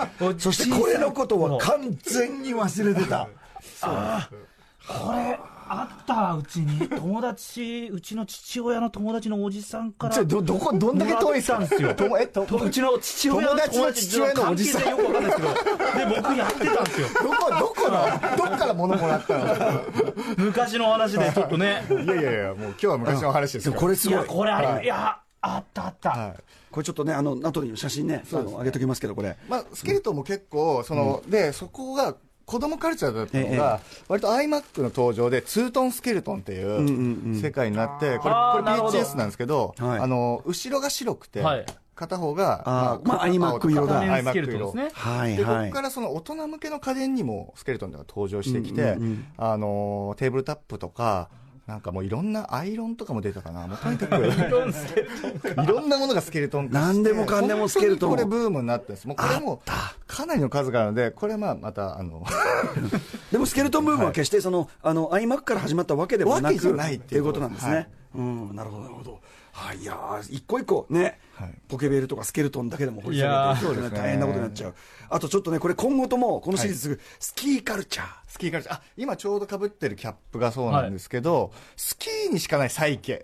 Speaker 1: そしてこれのことは完全に忘れてた。
Speaker 2: これあったうちにうちの父親の友達のおじさんから
Speaker 3: どんだけ遠い
Speaker 2: たんですよ。うちの父親の友達のおじさんよくわかんないですけど、で僕やってたんですよ。
Speaker 3: どっから物もらったの？
Speaker 2: 昔の話でちょっとね。
Speaker 3: いや、もう今日は昔の話ですよ。
Speaker 1: これすごい。
Speaker 2: これあった。
Speaker 1: これちょっとね、後に写真ね、上げときますけど、これ。
Speaker 3: スケルトンも結構、で、そこが、子供カルチャーだったのが、割と iMac の登場でツートンスケルトンっていう世界になって、これ PHS なんですけど、後ろが白くて、片方が、
Speaker 1: iMac 色だ。
Speaker 2: iMac 色ですね。
Speaker 3: で、ここからその大人向けの家電にもスケルトンが登場してきて、テーブルタップとか、なんかもういろんなアイロンとかも出たかな。もうとにかくいろんなものがスケルトン化して、
Speaker 1: 何でもかんでもスケルトン。
Speaker 3: これブームになったんです。もうこれもかなりの数があるので、これまた
Speaker 1: でもスケルトンブームは決してiMac から始まったわけでもなく、
Speaker 3: じゃないって
Speaker 1: いうことなんですね。なるほどなるほど。いや一個一個ね、ポケベルとかスケルトンだけでも掘り下げて大変なことになっちゃう。あとちょっとね、これ今後ともこのシリーズスキーカルチャー。
Speaker 3: 今ちょうど被ってるキャップがそうなんですけど、スキーにしかないサイケ。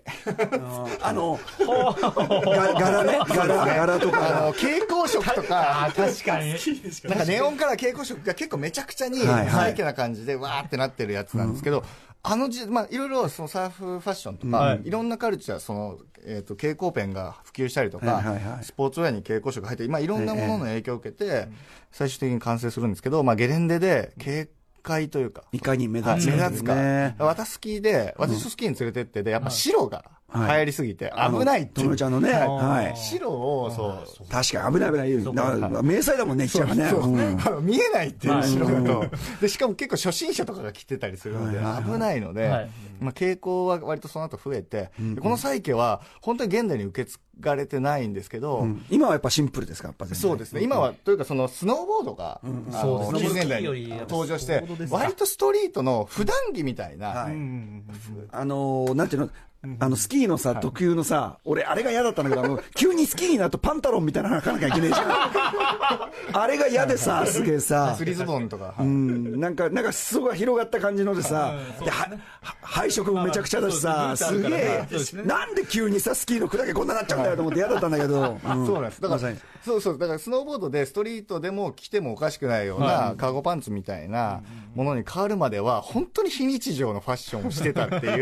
Speaker 3: 柄とか。蛍光色とか。
Speaker 2: 確かに。
Speaker 3: なんかネオンカラー蛍光色が結構めちゃくちゃにサイケな感じでわーってなってるやつなんですけど、いろいろそのサーフファッションとか、いろんなカルチャー、蛍光ペンが普及したりとか、スポーツウェアに蛍光色が入って、いろんなものの影響を受けて、最終的に完成するんですけど、ゲレンデで、警戒というか、
Speaker 1: いかに目立つか。
Speaker 3: 私スキーで、私とスキーに連れてってで、やっぱ白が流行りすぎて、危ないっていう。
Speaker 1: ともちゃんのね、
Speaker 3: 白を、
Speaker 1: 確かに危ない。迷彩だもんね、一応ね。
Speaker 3: 見えないっていう白だと。で、しかも結構初心者とかが着てたりするので、危ないので、傾向は割とその後増えて、このサイケは、本当に現代に受け継がれてないんですけど、
Speaker 1: 今はやっぱシンプルですか、やっぱり。
Speaker 3: そうですね。今は、というかスノーボードが、90年代に登場して、割とストリートの普段着みたいな、
Speaker 1: なんていうの、スキーのさ、特有のさ、俺、あれが嫌だったんだけど、急にスキーになるとパンタロンみたいなの履かなきゃいけないじゃん。あれが嫌でさ、すげえさ。
Speaker 3: スリズボンとか。
Speaker 1: なんか裾が広がった感じのでさ、 配色もめちゃくちゃだしさ、すげえ、なんで急にさ、スキーの管だけこんななっちゃうんだよと思って嫌だったんだけど。
Speaker 3: そうなんです。だから、だからスノーボードでストリートでも着てもおかしくないようなカーゴパンツみたいなものに変わるまでは、本当に非日常のファッションをしてたっていう、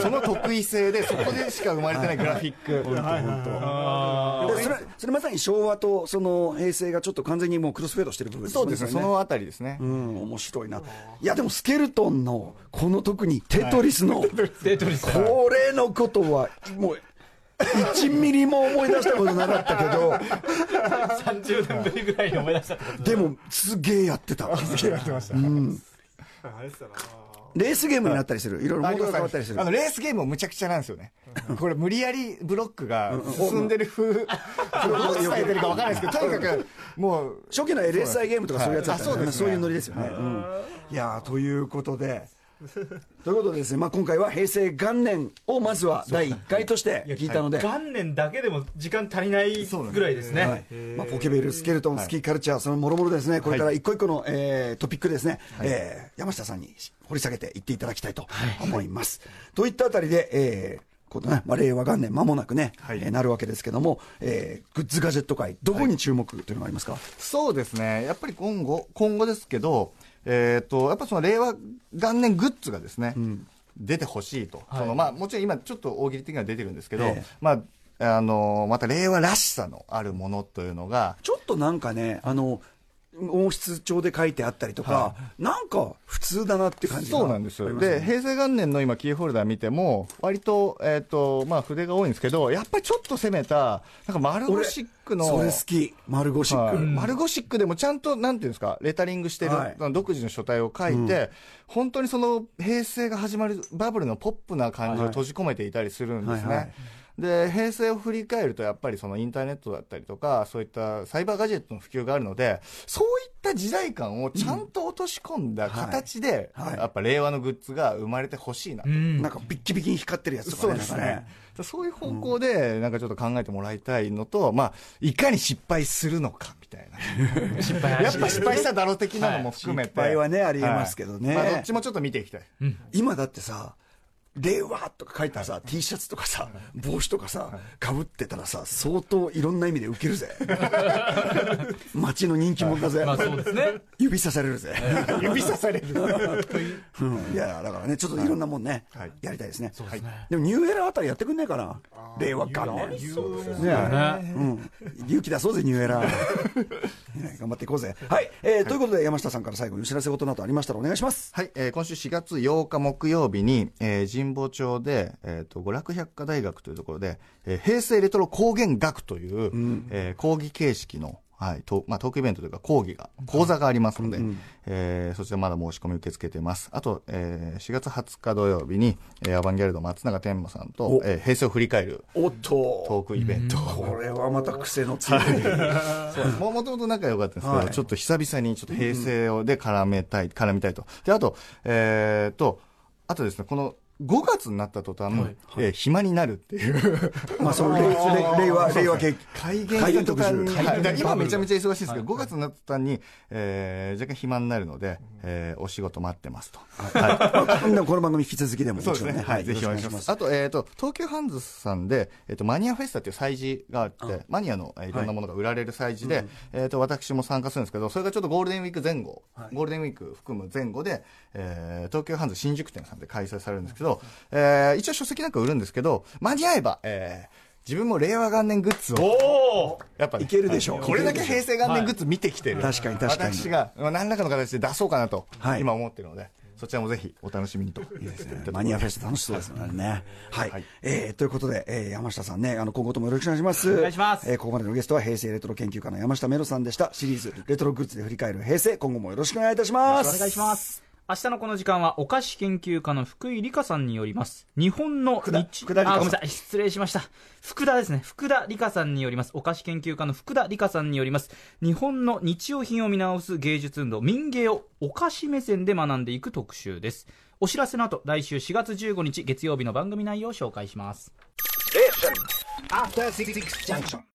Speaker 3: その得意性で、そこでしか生まれてないグラフィック。
Speaker 1: それまさに昭和とその平成がちょっと完全にもうクロスフェードしてる部分ですね。
Speaker 3: そうですね、そのあたりですね。
Speaker 1: 面白いな。いやでもスケルトンのこの特にテトリスの、これのことはもう1ミリも思い出したことなかったけど
Speaker 2: 30年ぶりぐらいに思い出した
Speaker 1: でもすげえやってた。
Speaker 3: すげえやってました。
Speaker 1: レースゲームになったりする。いろいろモードが変わったりする。
Speaker 3: レースゲームもむちゃくちゃなんですよね。これ無理やりブロックが進んでる風、どう伝えてるかわからないですけど、とにかくもう
Speaker 1: 初期の LSI ゲームとかそういうやつだったんですね。そういうノリですよね。いやということでですね、まあ、今回は平成元年をまずは第1回として聞いたので、
Speaker 2: 元年だけでも時間足りないぐらいですね。
Speaker 1: まあ、ポケベル、スケルトン、スキーカルチャー、そのもろもろですね、これから一個一個の、トピックですね、山下さんに掘り下げていっていただきたいと思います。といったあたりで、このね、まあ、令和元年間もなくね、なるわけですけども、グッズガジェット界、どこに注目というのがありますか？
Speaker 3: そうですね、やっぱり今後ですけど、やっぱその令和元年グッズがですね、出てほしいと、まあ、もちろん今ちょっと大喜利的には出てるんですけど、まあ、また令和らしさのあるものというのが
Speaker 1: ちょっとなんかね、王室帳で書いてあったりとか、なんか普通だなって感じが、
Speaker 3: そうなんですよ。で、平成元年の今キーホルダー見ても割と、まあ、筆が多いんですけど、やっぱりちょっと攻めたなんか丸ゴシックの、
Speaker 1: それ好き、丸ゴシック、
Speaker 3: 丸ゴシックでもちゃんとなんていうんですか、レタリングしてる、独自の書体を書いて、本当にその平成が始まるバブルのポップな感じを閉じ込めていたりするんですね。で、平成を振り返るとやっぱりそのインターネットだったりとか、そういったサイバーガジェットの普及があるので、そういった時代感をちゃんと落とし込んだ形で、やっぱ令和のグッズが生まれてほしいなと。
Speaker 1: なんかビッキビキに光ってるやつとかね。
Speaker 3: そうですね。そういう方向でなんかちょっと考えてもらいたいのと、まあ、いかに失敗するのかみたいな。やっぱ失敗しただろう的なのも含めて。
Speaker 1: 失敗はね、ありえますけどね。
Speaker 3: まあ、どっちもちょっと見ていきたい。
Speaker 1: 今だってさ、令和とか書いたさ、T シャツとかさ、帽子とかさ、かぶってたらさ、相当いろんな意味でウケるぜ。街の人気者だぜ。
Speaker 2: まあそうですね。
Speaker 1: 指さされるぜ。
Speaker 3: 指さされる。
Speaker 1: いや、だからね、ちょっといろんなもんね、やりたいですね。でもニューエラーあたりやってくんねえかな。令和元年。勇気出そうぜ、ニューエラー。頑張っていこうぜ。はい。ということで、山下さんから最後にお知らせ事などありましたらお願いします。
Speaker 3: はい。今週4月8日木曜日に、神保町で、娯楽百科大学というところで、平成レトロ工芸学という、講義形式の、まあ、トークイベントというか講座がありますので、そちらまだ申し込み受け付けています。あと、4月20日土曜日に、アバンギャルド松永天馬さんと、平成を振り返るトークイベント。
Speaker 1: これはまた癖の強い。
Speaker 3: もともと仲良かったんですけど、ちょっと久々にちょっと平成で絡みたいと。で、あとですね、この5月になった途端、暇になるっていう。
Speaker 1: まあ、その令和系
Speaker 3: 改元とかに、今めちゃめちゃ忙しいですけど、5月になった途端に、若干暇になるので、お仕事待ってますと。
Speaker 1: でもこの番組引き続きでも
Speaker 3: そうですね。はい、ぜひお願いします。あと、東急ハンズさんで、マニアフェスタっていう催事があって、マニアのいろんなものが売られる催事で、私も参加するんですけど、それがちょっとゴールデンウィーク前後、ゴールデンウィーク含む前後で、東急ハンズ新宿店さんで開催されるんですけど、一応書籍なんか売るんですけど、間に合えば、自分も令和元年グッズをやっぱ
Speaker 1: いけるでしょう。
Speaker 3: これだけ平成元年グッズ見てきてる、
Speaker 1: 確かに
Speaker 3: 私が何らかの形で出そうかなと今思ってるので、そちらもぜひお楽しみにと。いいですね。
Speaker 1: マニアフェス楽しそうですね。はい。ということで、山下さんね、今後ともよろしくお願いします。
Speaker 2: お願いします。
Speaker 1: ここまでのゲストは平成レトロ研究家の山下メロさんでした。シリーズレトログッズで振り返る平成、今後もよろしくお願いいたします。
Speaker 2: お願いします。明日のこの時間はお菓子研究家の福井理香さんによります日本のごめんなさい、失礼しました。福田ですね。福田理香さんによりますお菓子研究家の福田理香さんによります日本の日用品を見直す芸術運動民芸をお菓子目線で学んでいく特集です。お知らせの後、来週4月15日月曜日の番組内容を紹介します。